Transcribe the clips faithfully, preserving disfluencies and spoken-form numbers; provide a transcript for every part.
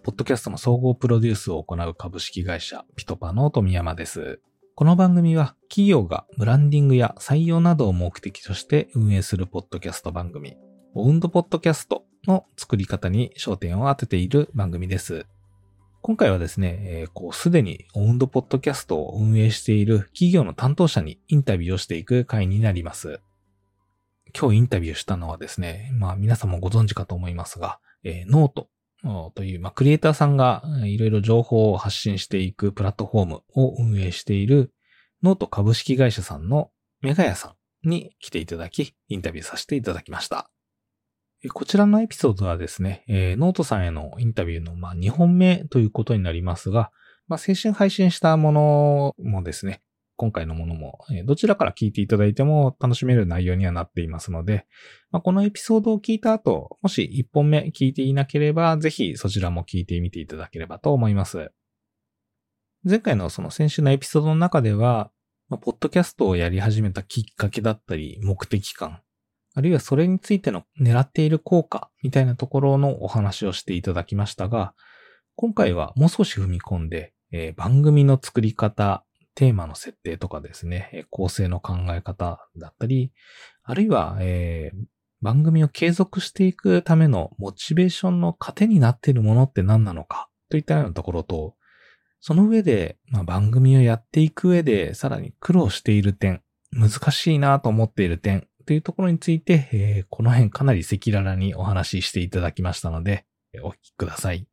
ポッドキャストの総合プロデュースを行う株式会社ピトパの富山です。この番組は企業がブランディングや採用などを目的として運営するポッドキャスト番組、オウンドポッドキャストの作り方に焦点を当てている番組です。今回はですね、えー、こうすでにオウンドポッドキャストを運営している企業の担当者にインタビューをしていく回になります。今日インタビューしたのはですね、まあ皆さんもご存知かと思いますが、えー、ノートという、まあ、クリエイターさんがいろいろ情報を発信していくプラットフォームを運営しているノート株式会社さんのメガヤさんに来ていただき、インタビューさせていただきました。こちらのエピソードはですね、えー、ノートさんへのインタビューのまあにほんめということになりますが、まあ、先週配信したものもですね、今回のものもどちらから聞いていただいても楽しめる内容にはなっていますので、まあ、このエピソードを聞いた後、もしいっぽんめ聞いていなければ、ぜひそちらも聞いてみていただければと思います。前回のその先週のエピソードの中では、まあ、ポッドキャストをやり始めたきっかけだったり、目的感、あるいはそれについての狙っている効果みたいなところのお話をしていただきましたが、今回はもう少し踏み込んで、えー、番組の作り方、テーマの設定とかですね、構成の考え方だったり、あるいは、えー、番組を継続していくためのモチベーションの糧になっているものって何なのかといったようなところと、その上で、まあ、番組をやっていく上でさらに苦労している点、難しいなと思っている点というところについて、えー、この辺かなり赤裸々にお話ししていただきましたので、お聞きください。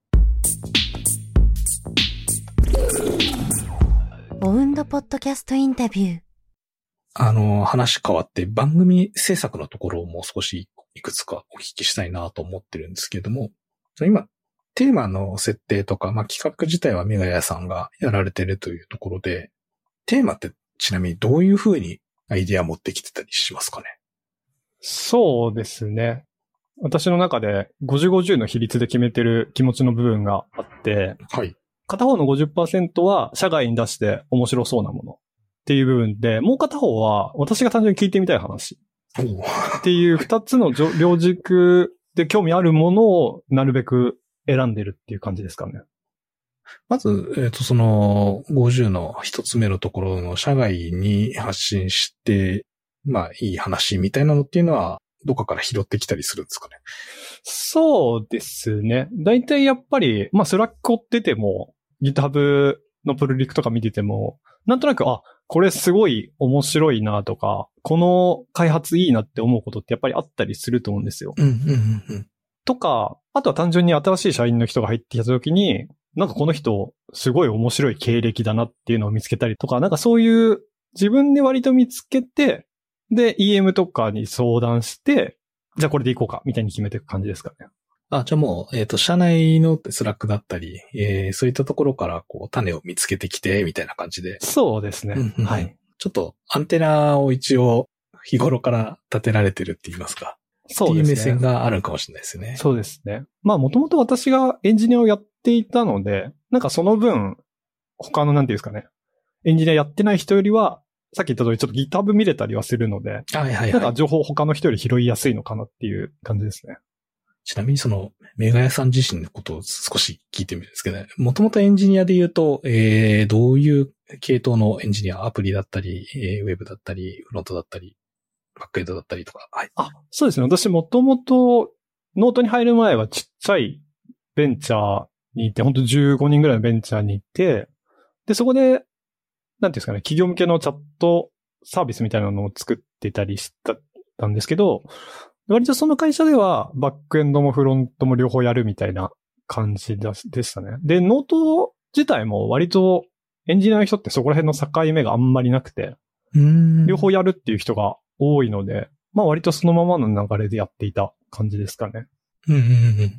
オウンドポッドキャストインタビュー。 あの、話変わって番組制作のところをもう少しいくつかお聞きしたいなと思ってるんですけども、今、テーマの設定とか、まあ、企画自体はメガヤさんがやられてるというところで、テーマってちなみにどういうふうにアイディア持ってきてたりしますかね？ そうですね。私の中でごじゅうごじゅうの比率で決めてる気持ちの部分があって、はい。片方の ごじゅっパーセント は社外に出して面白そうなものっていう部分で、もう片方は私が単純に聞いてみたい話っていう二つの両軸で興味あるものをなるべく選んでるっていう感じですかね。 まず、えっと、そのごじゅうの一つ目のところの社外に発信して、まあいい話みたいなのっていうのはどっかから拾ってきたりするんですかね？ そうですね。だいたいやっぱり、まあスラック追ってても、GitHub のプロリクとか見てても、なんとなく、あ、これすごい面白いなとか、この開発いいなって思うことってやっぱりあったりすると思うんですよ。 うんうんうんうん、とか、あとは単純に新しい社員の人が入ってきたときに、なんかこの人すごい面白い経歴だなっていうのを見つけたりとか、なんかそういう自分で割と見つけて、で、イーエム とかに相談して、じゃあこれでいこうかみたいに決めていく感じですかね。 あ、じゃあもう、えっと、社内のスラックだったり、えー、そういったところから、こう、種を見つけてきて、みたいな感じで。 そうですね。 うんうん、 はい。 ちょっと、アンテナを一応、日頃から立てられてるって言いますか。 そうですね。 っていう目線があるかもしれないですね。 そうですね。まあ、もともと私がエンジニアをやっていたので、なんかその分、他のなんていうんですかね、エンジニアやってない人よりは、さっき言った通りちょっと GitHub 見れたりはするので、はいはいはい。なんか情報他の人より拾いやすいのかなっていう感じですね。 ちなみにその、メガヤさん自身のことを少し聞いてみるんですけど、ね、もともとエンジニアで言うと、えー、どういう系統のエンジニア、アプリだったり、えー、ウェブだったり、フロントだったり、バックエンドだったりとか。はい。 あ、そうですね。私もともと、ノートに入る前はちっちゃいベンチャーにいて、ほんとじゅうごにんぐらいのベンチャーにいて、で、そこで、なんていうんですかね、企業向けのチャットサービスみたいなのを作ってたりしたたんですけど、割とその会社ではバックエンドもフロントも両方やるみたいな感じでしたね。で、ノート自体も割とエンジニアの人ってそこら辺の境目があんまりなくて、 うーん両方やるっていう人が多いので、まあ割とそのままの流れでやっていた感じですかね。 うんうんうん。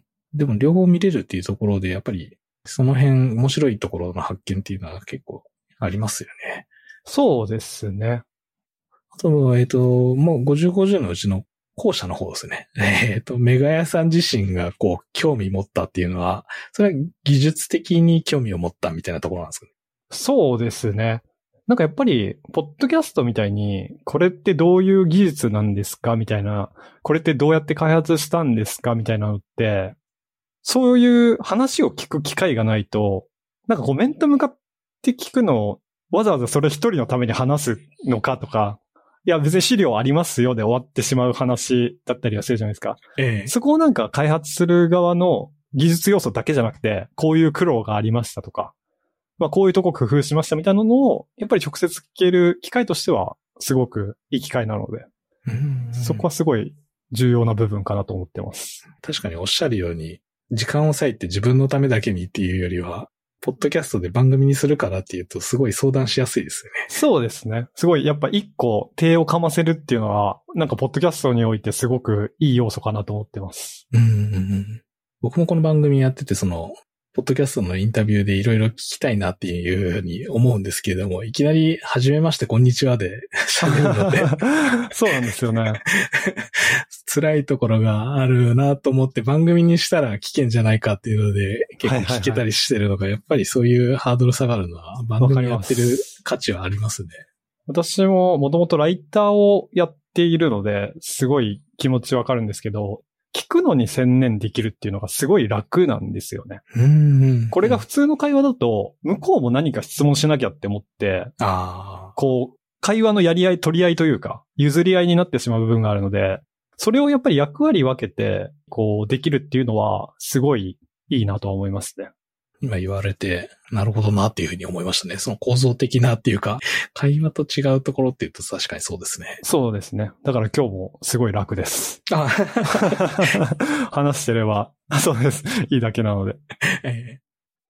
でも両方見れるっていうところで、やっぱりその辺面白いところの発見っていうのは結構ありますよね。 そうですね。 あと、えっと、もうごじゅう、ごじゅうのうちの後者の方ですね。えっと、メガヤさん自身がこう、興味持ったっていうのは、それは技術的に興味を持ったみたいなところなんですかね。 そうですね。なんかやっぱり、ポッドキャストみたいに、これってどういう技術なんですかみたいな、これってどうやって開発したんですかみたいなのって、 そういう話を聞く機会がないと、なんかこう面と向かって聞くのをわざわざそれ一人のために話すのかとか、いや別に資料ありますよで終わってしまう話だったりはするじゃないですか。 ええ。 そこをなんか開発する側の技術要素だけじゃなくて、こういう苦労がありましたとか、まあこういうとこ工夫しましたみたいなのを、やっぱり直接聞ける機会としては、すごくいい機会なので、 うん、 そこはすごい重要な部分かなと思ってます。 確かにおっしゃるように、時間を割いて自分のためだけにっていうよりは、ポッドキャストで番組にするからっていうと、すごい相談しやすいですよね。 そうですね。すごい、やっぱ一個手をかませるっていうのは、なんかポッドキャストにおいてすごくいい要素かなと思ってます。 うんうんうん、僕もこの番組やってて、その、ポッドキャストのインタビューでいろいろ聞きたいなっていうふうに思うんですけれども、いきなり、はじめまして、こんにちはで喋るので。 そうなんですよね。 辛いところがあるなと思って番組にしたら危険じゃないかっていうので、結構聞けたりしてるのが、やっぱりそういうハードル下がるのは番組やってる価値はありますね。 私ももともとライターをやっているので、すごい気持ちわかるんですけど、聞くのに専念できるっていうのがすごい楽なんですよね。 うんうんうん、 これが普通の会話だと、向こうも何か質問しなきゃって思って、 あこう、会話のやり合い、取り合いというか、譲り合いになってしまう部分があるので、それをやっぱり役割分けて、こう、できるっていうのは、すごいいいなとは思いますね。 今言われて、なるほどなっていうふうに思いましたね。その構造的なっていうか、会話と違うところって言うと確かにそうですね。 そうですね。だから今日もすごい楽です。 あ話してれば、そうです。いいだけなので。 え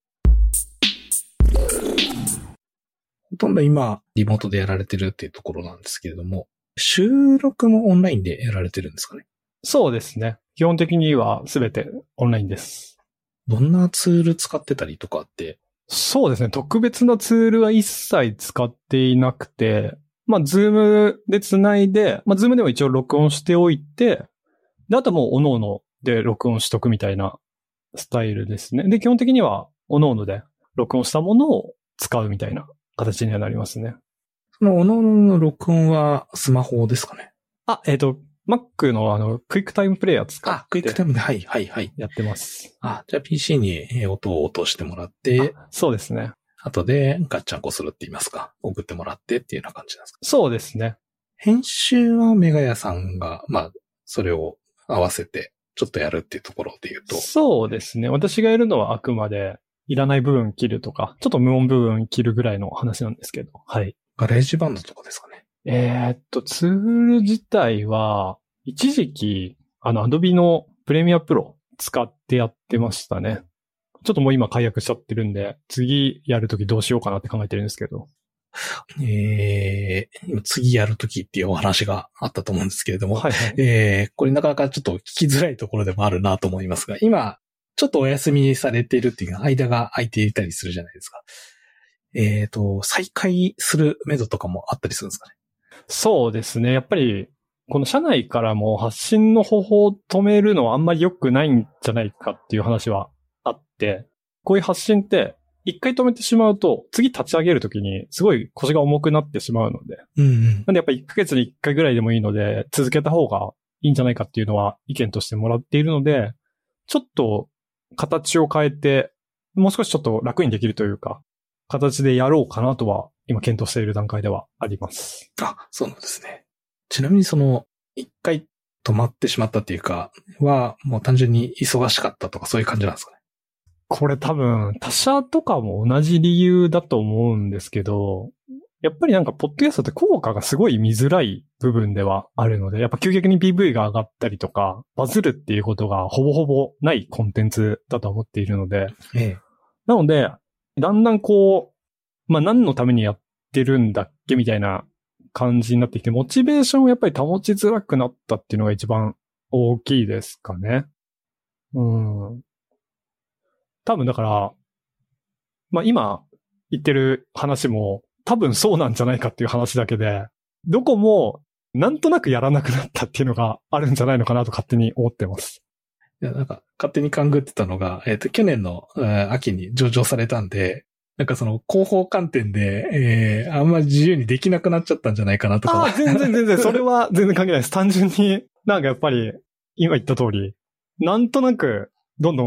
ー、ほとんど今、リモートでやられてるっていうところなんですけれども、収録もオンラインでやられてるんですかね？ そうですね。基本的にはすべてオンラインです。 どんなツール使ってたりとかって？ そうですね。特別なツールは一切使っていなくて、まあ、ズームで繋いで、まあ、ズームでも一応録音しておいて、で、あともう、各々で録音しとくみたいなスタイルですね。で、基本的には、各々で録音したものを使うみたいな形にはなりますね。 その、各々の録音はスマホですかね？ あ、えっと、Mac のあの、クイックタイムプレイヤー使って。 あ、クイックタイムで、はいはいはい。 やってます。 あ、じゃあ ピーシー に音を落としてもらって、 そうですね。 後でガッチャンコするって言いますか、送ってもらってっていうような感じなんですか？ そうですね。 編集はメガヤさんが、まあ、それを合わせて、ちょっとやるっていうところで言うと。 そうですね。私がやるのはあくまで、いらない部分切るとか、ちょっと無音部分切るぐらいの話なんですけど。はい。 ガレージバンドとかですかね？ えー、っと、ツール自体は、一時期、あの、Adobe のプレミアプロ使ってやってましたね。ちょっともう今解約しちゃってるんで、次やるときどうしようかなって考えてるんですけど。 えー、今次やるときっていうお話があったと思うんですけれども、 はいはい、 えー、これなかなかちょっと聞きづらいところでもあるなと思いますが、今、ちょっとお休みされているっていうか、間が空いていたりするじゃないですか。えーと、再開するメドとかもあったりするんですかね？ そうですね。やっぱり、この社内からも発信の方法を止めるのはあんまり良くないんじゃないかっていう話はあって、こういう発信って一回止めてしまうと次立ち上げるときにすごい腰が重くなってしまうので。 うんうん、 なんでやっぱりいっかげつにいっかいぐらいでもいいので続けた方がいいんじゃないかっていうのは意見としてもらっているので、ちょっと形を変えてもう少しちょっと楽にできるというか、形でやろうかなとは今検討している段階ではあります。 あ、そうなんですね。ちなみにその、一回止まってしまったっていうか、は、もう単純に忙しかったとかそういう感じなんですかね？ これ多分、他社とかも同じ理由だと思うんですけど、やっぱりなんか、ポッドキャストって効果がすごい見づらい部分ではあるので、やっぱ急激に ピーブイ が上がったりとか、バズるっていうことがほぼほぼないコンテンツだと思っているので、 ええ、 なので、だんだんこう、まあ、何のためにやってるんだっけみたいな感じになってきて、モチベーションをやっぱり保ちづらくなったっていうのが一番大きいですかね。うん。多分だから、まあ、今言ってる話も多分そうなんじゃないかっていう話だけで、どこもなんとなくやらなくなったっていうのがあるんじゃないのかなと勝手に思ってます。 いや、なんか勝手に勘ぐってたのが、えっと、去年の、えー、秋に上場されたんで、なんかその広報観点で、えー、あんまり自由にできなくなっちゃったんじゃないかなとか。 ああ、全然全然、それは全然関係ないです。単純に、なんかやっぱり、今言った通り、なんとなく、どんどん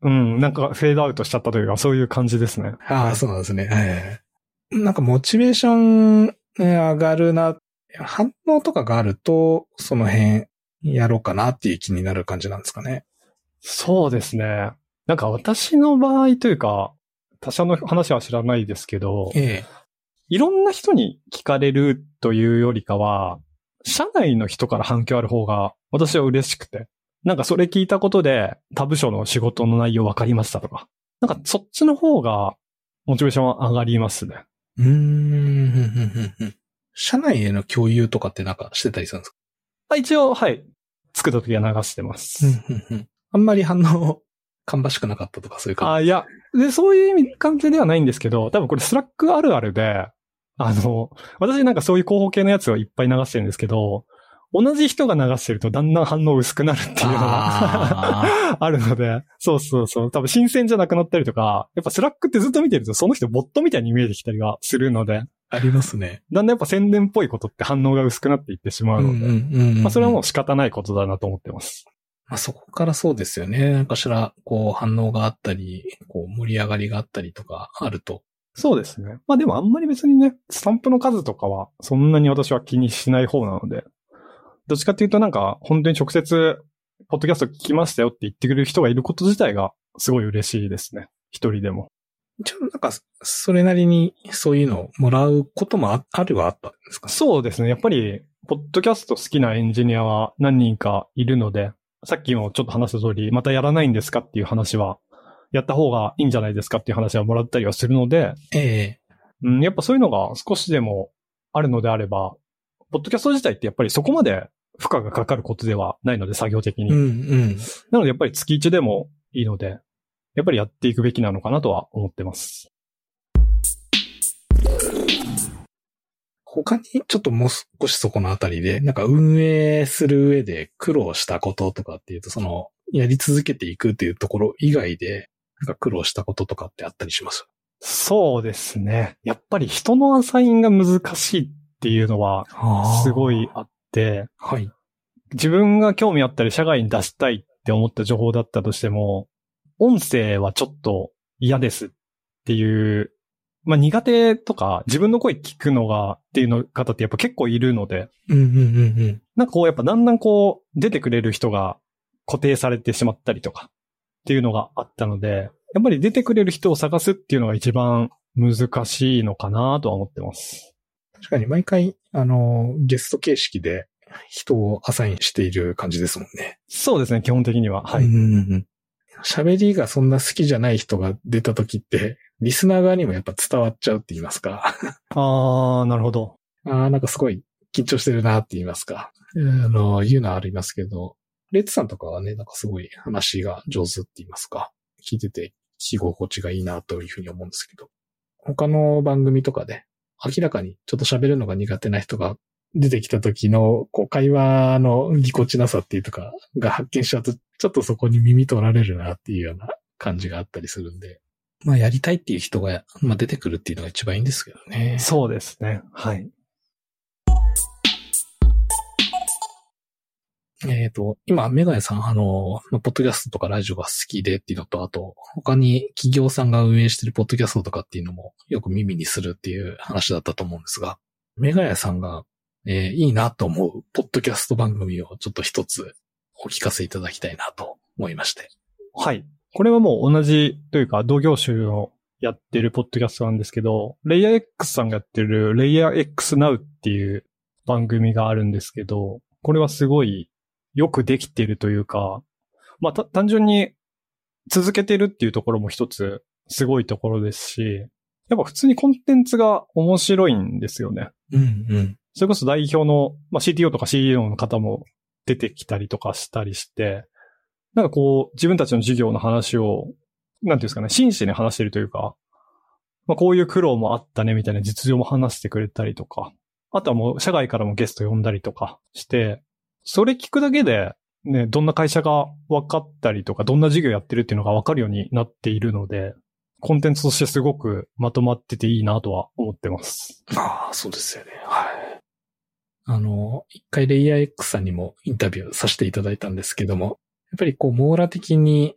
うん、なんかフェードアウトしちゃったというか、そういう感じですね。 ああ、そうなんですね。はい。なんかモチベーション上がるな、反応とかがあると、その辺やろうかなっていう気になる感じなんですかね。 そうですね。なんか私の場合というか、他者の話は知らないですけど、 ええ。 いろんな人に聞かれるというよりかは、社内の人から反響ある方が私は嬉しくて。なんかそれ聞いたことで他部署の仕事の内容分かりましたとか。なんかそっちの方がモチベーションは上がりますね。 うーん。社内への共有とかってなんかしてたりするんですか？ あ、一応、はい。作った時は流してます。 あんまり反応、芳しくなかったとかそういう感じ。 あ、いや、で、そういう意味、関係ではないんですけど、多分これスラックあるあるで、あの、私なんかそういう広報系のやつをいっぱい流してるんですけど、同じ人が流してるとだんだん反応薄くなるっていうのが あ, あるので、そうそうそう、多分新鮮じゃなくなったりとか、やっぱスラックってずっと見てるとその人ボットみたいに見えてきたりはするので、 ありますね。 だんだんやっぱ宣伝っぽいことって反応が薄くなっていってしまうので、まあそれはもう仕方ないことだなと思ってます。 まあそこからそうですよね。なんかしら、こう反応があったり、こう盛り上がりがあったりとかあると。 そうですね。まあでもあんまり別にね、スタンプの数とかはそんなに私は気にしない方なので、どっちかっていうとなんか本当に直接、ポッドキャスト聞きましたよって言ってくれる人がいること自体がすごい嬉しいですね。一人でも。 じゃあなんか、それなりにそういうのをもらうことも あ, あるはあったんですか？ そうですね。やっぱり、ポッドキャスト好きなエンジニアは何人かいるので、さっきもちょっと話した通り、またやらないんですかっていう話は、やった方がいいんじゃないですかっていう話はもらったりはするので、 ええ。 うん、やっぱそういうのが少しでもあるのであれば、ポッドキャスト自体ってやっぱりそこまで負荷がかかることではないので、作業的に。 うんうん。 なのでやっぱり月いちでもいいので、やっぱりやっていくべきなのかなとは思ってます。 他にちょっともう少しそこのあたりで、なんか運営する上で苦労したこととかっていうと、その、やり続けていくっていうところ以外で、なんか苦労したこととかってあったりします？ そうですね。やっぱり人のアサインが難しいっていうのは、すごいあって、 はい。 自分が興味あったり社外に出したいって思った情報だったとしても、音声はちょっと嫌ですっていう、まあ苦手とか自分の声聞くのがっていうの方ってやっぱ結構いるので、 うんうんうんうん。 なんかこうやっぱだんだんこう出てくれる人が固定されてしまったりとかっていうのがあったので、やっぱり出てくれる人を探すっていうのが一番難しいのかなとは思ってます。 確かに毎回、あの、ゲスト形式で人をアサインしている感じですもんね。 そうですね、基本的には。はい。 うんうんうん。喋りがそんな好きじゃない人が出た時って、リスナー側にもやっぱ伝わっちゃうって言いますか。 あー、なるほど。 ああ、なんかすごい緊張してるなって言いますか。あの、言うのはありますけど、レッツさんとかはね、なんかすごい話が上手って言いますか。聞いてて聞き心地がいいなというふうに思うんですけど。他の番組とかで、明らかにちょっと喋るのが苦手な人が出てきた時の、こう、会話のぎこちなさっていうとかが発見しちゃうと、ちょっとそこに耳取られるなっていうような感じがあったりするんで。まあ、やりたいっていう人が、まあ、出てくるっていうのが一番いいんですけどね。 そうですね。はい。 えっと、今、メガネさん、あの、ポッドキャストとかラジオが好きでっていうのと、あと、他に企業さんが運営してるポッドキャストとかっていうのもよく耳にするっていう話だったと思うんですが、メガネさんが、えー、いいなと思うポッドキャスト番組をちょっと一つお聞かせいただきたいなと思いまして。 はい。これはもう同じというか同業種をやってるポッドキャストなんですけど、レイヤー X さんがやってるレイヤー X Now っていう番組があるんですけど、これはすごいよくできてるというか、まあ、た、単純に続けてるっていうところも一つすごいところですし、やっぱ普通にコンテンツが面白いんですよね。 うんうん。 それこそ代表の、まあ、シーティーオー とか シーイーオー の方も出てきたりとかしたりして、なんかこう自分たちの事業の話を、なんていうんですかね、真摯に話してるというか、まあ、こういう苦労もあったねみたいな実情も話してくれたりとか、あとはもう社外からもゲスト呼んだりとかして、それ聞くだけで、ね、どんな会社が分かったりとか、どんな事業やってるっていうのが分かるようになっているので、コンテンツとしてすごくまとまってていいなとは思ってます。 ああ、そうですよね。はい。あの、一回レイヤー X さんにもインタビューさせていただいたんですけども、やっぱりこう網羅的に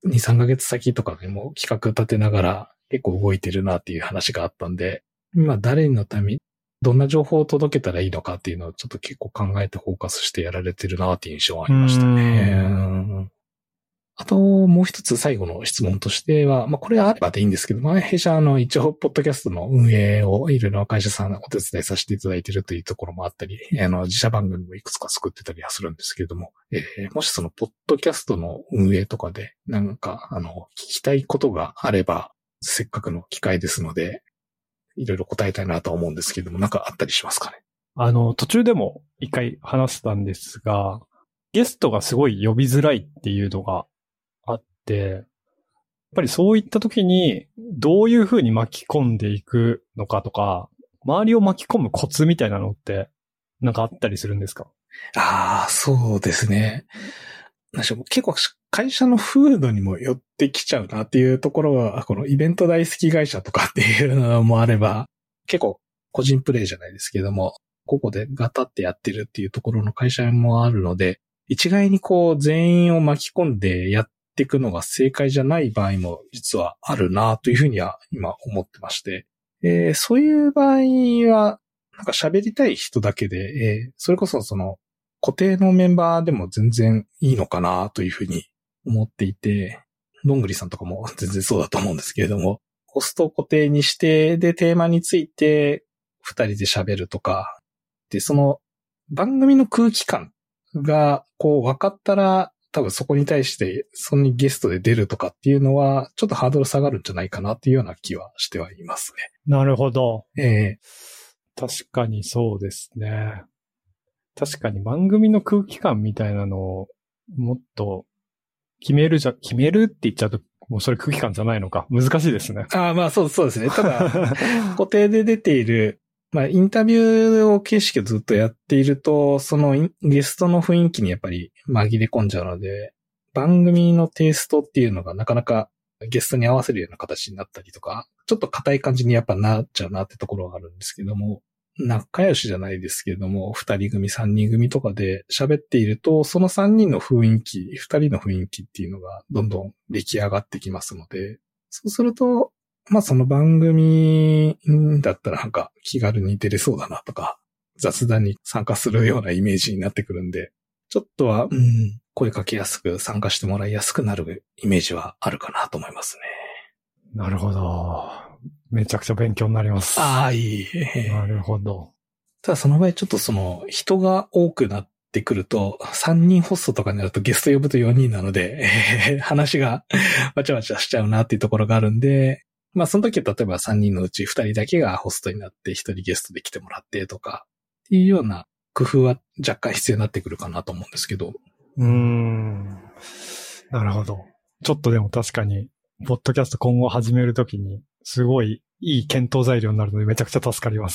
に、さんかげつ先とかでも企画立てながら結構動いてるなっていう話があったんで、今誰のために、どんな情報を届けたらいいのかっていうのをちょっと結構考えてフォーカスしてやられてるなっていう印象がありましたね。あと、もう一つ最後の質問としては、まあ、これあればでいいんですけど、まあ、弊社、あの、一応、ポッドキャストの運営をいろいろ会社さんお手伝いさせていただいているというところもあったり、あの、自社番組もいくつか作ってたりはするんですけれども、えー、もしその、ポッドキャストの運営とかで、なんか、あの、聞きたいことがあれば、せっかくの機会ですので、いろいろ答えたいなとは思うんですけれども、なんかあったりしますかね？ あの、途中でも一回話したんですが、ゲストがすごい呼びづらいっていうのがあって、やっぱりそういった時にどういう風に巻き込んでいくのかとか、周りを巻き込むコツみたいなのってなんかあったりするんですか？ ああ、そうですね。結構会社の風土にも寄ってきちゃうなっていうところは、このイベント大好き会社とかっていうのもあれば、結構個人プレイじゃないですけども、ここでガタってやってるっていうところの会社もあるので、一概にこう全員を巻き込んでやっていくのが正解じゃない場合も実はあるなというふうには今思ってまして、えー、そういう場合は、なんか喋りたい人だけで、えー、それこそその固定のメンバーでも全然いいのかなというふうに思っていて、どんぐりさんとかも全然そうだと思うんですけれども、ホストを固定にして、で、テーマについて二人で喋るとか、で、その番組の空気感がこう分かったら、多分そこに対してそのゲストで出るとかっていうのは、ちょっとハードル下がるんじゃないかなっていうような気はしてはいますね。 なるほど。 ええー、確かにそうですね。確かに番組の空気感みたいなのをもっと決めるじゃ、決めるって言っちゃうと、もうそれ空気感じゃないのか。難しいですね。 ああ、まあそう、そうですね。ただ、固定で出ている、まあインタビューを形式をずっとやっていると、そのゲストの雰囲気にやっぱり紛れ込んじゃうので、番組のテイストっていうのがなかなかゲストに合わせるような形になったりとか、ちょっと硬い感じにやっぱなっちゃうなってところがあるんですけども、仲良しじゃないですけれども、二人組、三人組とかで喋っていると、その三人の雰囲気、二人の雰囲気っていうのがどんどん出来上がってきますので、そうすると、まあその番組だったらなんか気軽に出れそうだなとか、雑談に参加するようなイメージになってくるんで、ちょっとは、うん、声かけやすく参加してもらいやすくなるイメージはあるかなと思いますね。 なるほど。めちゃくちゃ勉強になります。 ああ、いい。 なるほど。 ただその場合ちょっとその人が多くなってくると、さんにんホストとかになるとゲスト呼ぶとよにんなので、えー、話がわちゃわちゃしちゃうなっていうところがあるんで、まあその時は例えばさんにんのうちふたりだけがホストになってひとりゲストで来てもらってとか、っていうような工夫は若干必要になってくるかなと思うんですけど。 うーん。なるほど。ちょっとでも確かに、ポッドキャスト今後始めるときに、すごいいい検討材料になるのでめちゃくちゃ助かります。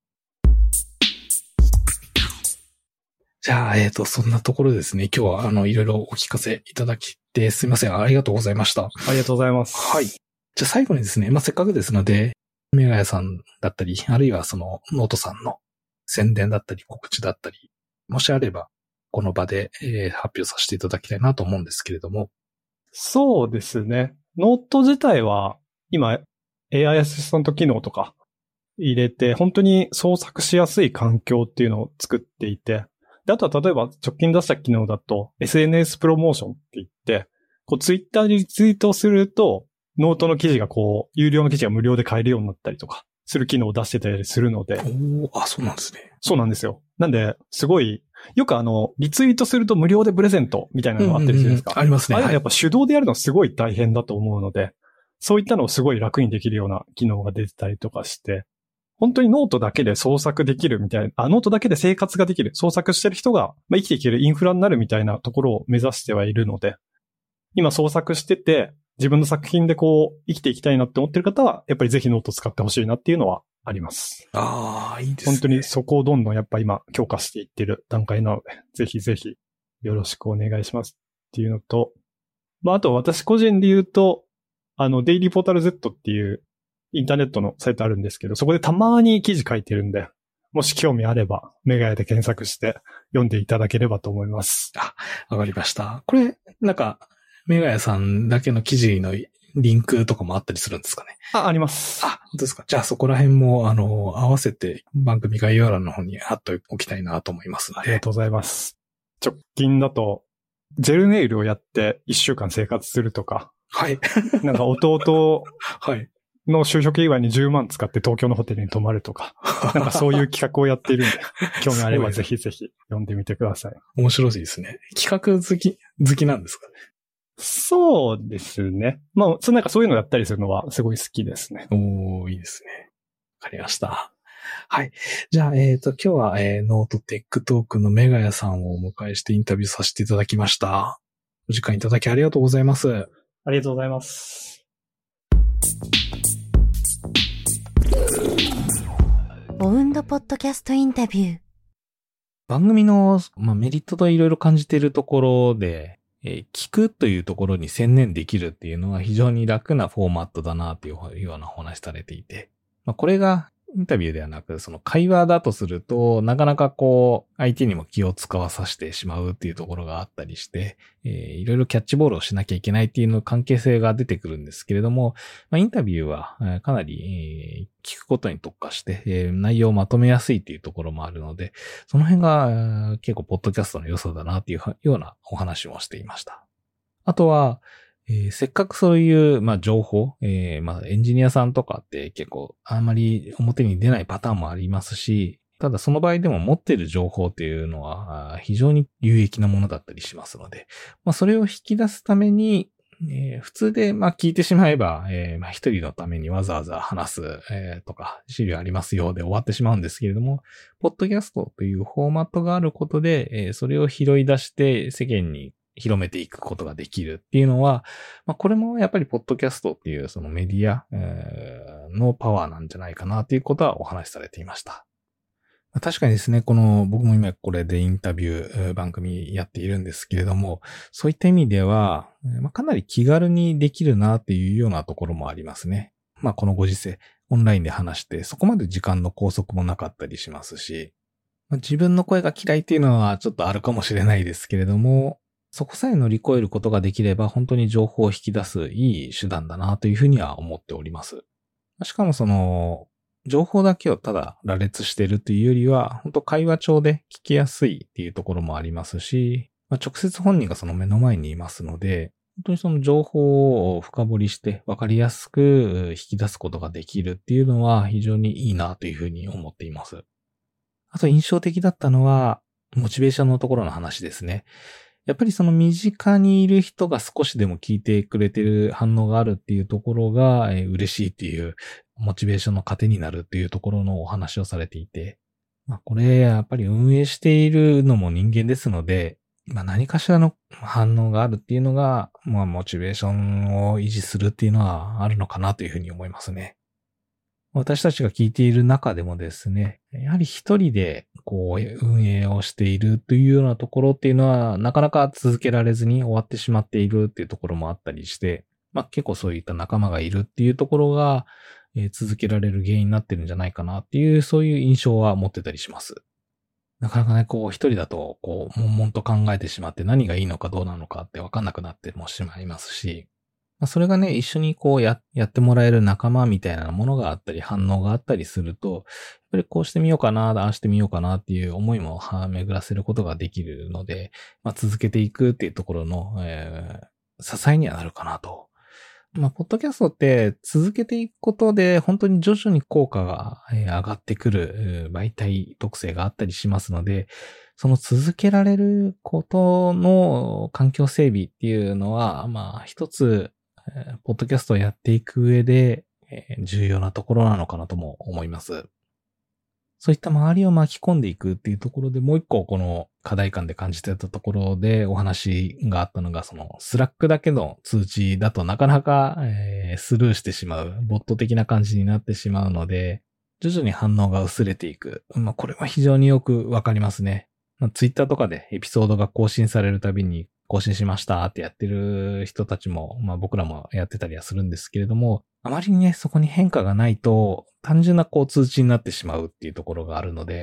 じゃあ、えっと、そんなところですね。今日は、あの、いろいろお聞かせいただきて、すいません。ありがとうございました。 ありがとうございます。 はい。じゃあ、最後にですね、まあ、せっかくですので、メガヤさんだったり、あるいはその、ノートさんの宣伝だったり、告知だったり、もしあれば、この場で、えー、発表させていただきたいなと思うんですけれども。 そうですね。ノート自体は、今、エーアイ アシスタント機能とか入れて、本当に創作しやすい環境っていうのを作っていて、で、あとは例えば直近出した機能だと エスエヌエス プロモーションって言って、こうツイッターでリツイートすると、ノートの記事がこう、有料の記事が無料で買えるようになったりとか、する機能を出してたりするので。 おー、あ、そうなんですね。 そうなんですよ。なんで、すごい、よくあの、リツイートすると無料でプレゼントみたいなのがあったりするんですか、 うんうんうん、ありますね。 あれはやっぱ手動でやるのすごい大変だと思うので、そういったのをすごい楽にできるような機能が出てたりとかして、本当にノートだけで創作できるみたいな、あ、ノートだけで生活ができる、創作してる人が、まあ、生きていけるインフラになるみたいなところを目指してはいるので、今創作してて、自分の作品でこう、生きていきたいなって思ってる方は、やっぱりぜひノート使ってほしいなっていうのはあります。 ああ、いいですね。 本当にそこをどんどんやっぱ今強化していってる段階なので、ぜひぜひよろしくお願いしますっていうのと、まああと私個人で言うと、あの、デイリーポータル Z っていうインターネットのサイトあるんですけど、そこでたまに記事書いてるんで、もし興味あれば、メガヤで検索して読んでいただければと思います。 あ、わかりました。これ、なんか、 メガヤさんだけの記事のリンクとかもあったりするんですかね。 あ、あります。 あ、本当ですか。じゃあそこら辺も、あの、合わせて番組概要欄の方に貼っておきたいなと思いますので。 ありがとうございます。直近だと、ジェルネイルをやっていっしゅうかん生活するとか。 はい。 なんか弟はい。 の就職祝いにじゅうまん使って東京のホテルに泊まるとか。なんかそういう企画をやっているんで、興味あればぜひぜひ読んでみてください。 面白いですね。企画好き、好きなんですかね。 そうですね。まあ、そなんかそういうのやったりするのはすごい好きですね。 おー、いいですね。わかりました。はい。じゃあ、えっと、今日は、えー、ノートテックトークのメガヤさんをお迎えしてインタビューさせていただきました。お時間いただきありがとうございます。 ありがとうございます。 オウンドポッドキャストインタビュー。 番組の、まあ、メリットといろいろ感じているところで、えー、聞くというところに専念できるっていうのは非常に楽なフォーマットだなというようなお話されていて、まあ、これがインタビューではなく、その会話だとすると、なかなかこう、相手にも気を使わさせてしまうっていうところがあったりして、えー、いろいろキャッチボールをしなきゃいけないっていうの関係性が出てくるんですけれども、まあ、インタビューはかなり、えー、聞くことに特化して、えー、内容をまとめやすいっていうところもあるので、その辺が結構ポッドキャストの良さだなっていうようなお話もしていました。あとは、えー、せっかくそういう、まあ、情報、えー、まあ、エンジニアさんとかって結構あんまり表に出ないパターンもありますし、ただその場合でも持っている情報っていうのは非常に有益なものだったりしますので、まあ、それを引き出すために、えー、普通でまあ聞いてしまえば、えー、まあ一人のためにわざわざ話す、えー、とか資料ありますよで終わってしまうんですけれども、ポッドキャストというフォーマットがあることで、えー、それを拾い出して世間に広めていくことができるっていうのは、まあ、これもやっぱりポッドキャストっていうそのメディア、えー、のパワーなんじゃないかなっていうことはお話しされていました。確かにですね、この僕も今これでインタビュー番組やっているんですけれども、そういった意味では、まあ、かなり気軽にできるなっていうようなところもありますね。まあこのご時世、オンラインで話してそこまで時間の拘束もなかったりしますし、まあ、自分の声が嫌いっていうのはちょっとあるかもしれないですけれども、そこさえ乗り越えることができれば本当に情報を引き出すいい手段だなというふうには思っております。しかもその、情報だけをただ羅列してるというよりは、本当会話帳で聞きやすいっていうところもありますし、まあ、直接本人がその目の前にいますので、本当にその情報を深掘りして分かりやすく引き出すことができるっていうのは非常にいいなというふうに思っています。あと印象的だったのは、モチベーションのところの話ですね。やっぱりその身近にいる人が少しでも聞いてくれてる反応があるっていうところが嬉しいっていうモチベーションの糧になるっていうところのお話をされていて、まあ、これやっぱり運営しているのも人間ですので、まあ、何かしらの反応があるっていうのが、まあ、モチベーションを維持するっていうのはあるのかなというふうに思いますね。私たちが聞いている中でもですね、やはり一人でこう運営をしているというようなところっていうのはなかなか続けられずに終わってしまっているっていうところもあったりして、まあ結構そういった仲間がいるっていうところが、えー、続けられる原因になってるんじゃないかなっていうそういう印象は持ってたりします。なかなかね、こう一人だとこう悶々と考えてしまって何がいいのかどうなのかってわかんなくなってもしまいますし、それがね、一緒にこうや、やってもらえる仲間みたいなものがあったり、反応があったりすると、やっぱりこうしてみようかな、ああしてみようかなっていう思いも巡らせることができるので、まあ、続けていくっていうところの、えー、支えにはなるかなと。まあ、ポッドキャストって続けていくことで、本当に徐々に効果が上がってくる媒体特性があったりしますので、その続けられることの環境整備っていうのは、まあ、一つ、ポッドキャストをやっていく上で重要なところなのかなとも思います。そういった周りを巻き込んでいくっていうところでもう一個この課題感で感じてたところでお話があったのが、そのスラックだけの通知だとなかなかスルーしてしまう、ボット的な感じになってしまうので、徐々に反応が薄れていく。まあこれは非常によくわかりますね。まあ、ツイッターとかでエピソードが更新されるたびに更新しましたってやってる人たちも、まあ僕らもやってたりはするんですけれども、あまりにね、そこに変化がないと、単純なこう通知になってしまうっていうところがあるので、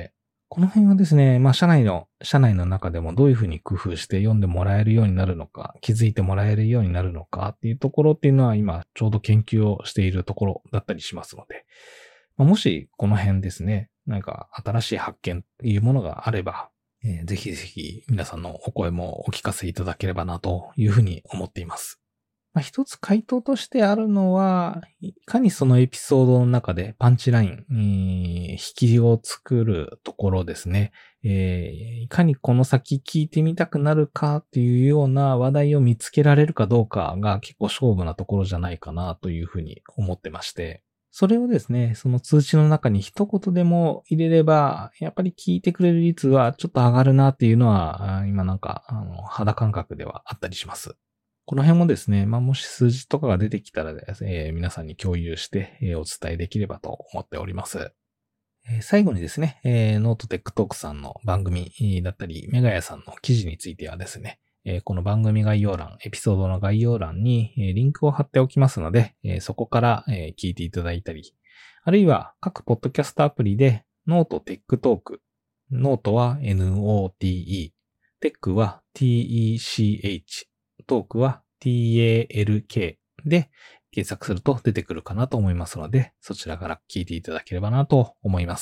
この辺はですね、まあ、社内の、社内の中でもどういうふうに工夫して読んでもらえるようになるのか、気づいてもらえるようになるのかっていうところっていうのは今ちょうど研究をしているところだったりしますので、まあ、もしこの辺ですね、なんか新しい発見っていうものがあれば、えー、ぜひぜひ皆さんのお声もお聞かせいただければなというふうに思っています。まあ、一つ回答としてあるのは、いかにそのエピソードの中でパンチライン、えー、引きを作るところですね、えー。いかにこの先聞いてみたくなるかっていうような話題を見つけられるかどうかが結構勝負なところじゃないかなというふうに思ってまして、それをですね、その通知の中に一言でも入れれば、やっぱり聞いてくれる率はちょっと上がるなっていうのは、今なんかあの肌感覚ではあったりします。この辺もですね、まあ、もし数字とかが出てきたらですね、えー、皆さんに共有して、えー、お伝えできればと思っております。えー、最後にですね、えー、ノートテックトークさんの番組だったり、メガヤさんの記事についてはですね、えー、この番組概要欄、エピソードの概要欄に、えー、リンクを貼っておきますので、えー、そこから、えー、聞いていただいたり、あるいは各ポッドキャストアプリでノートテックトーク、ノートは エヌオーティーイー、テックは ティーイーシーエイチ、トークは ティーエーエルケー で検索すると出てくるかなと思いますので、そちらから聞いていただければなと思います。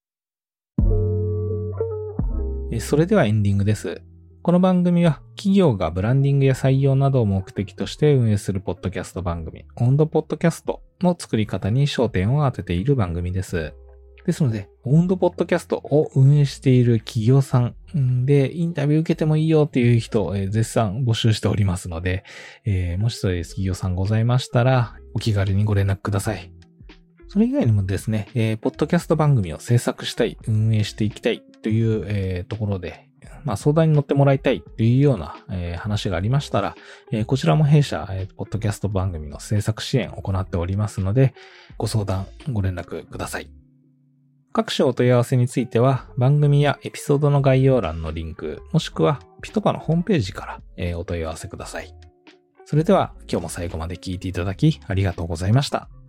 それではエンディングです。この番組は企業がブランディングや採用などを目的として運営するポッドキャスト番組、オウンドポッドキャストの作り方に焦点を当てている番組です。ですので、オウンドポッドキャストを運営している企業さんでインタビュー受けてもいいよっていう人を絶賛募集しておりますので、えー、もしそういう企業さんございましたら、お気軽にご連絡ください。それ以外にもですね、えー、ポッドキャスト番組を制作したい、運営していきたいという、えー、ところで、まあ、相談に乗ってもらいたいというような、えー、話がありましたら、えー、こちらも弊社、えー、ポッドキャスト番組の制作支援を行っておりますので、ご相談、ご連絡ください。各種お問い合わせについては、番組やエピソードの概要欄のリンク、もしくはピトパのホームページから、えー、お問い合わせください。それでは今日も最後まで聞いていただきありがとうございました。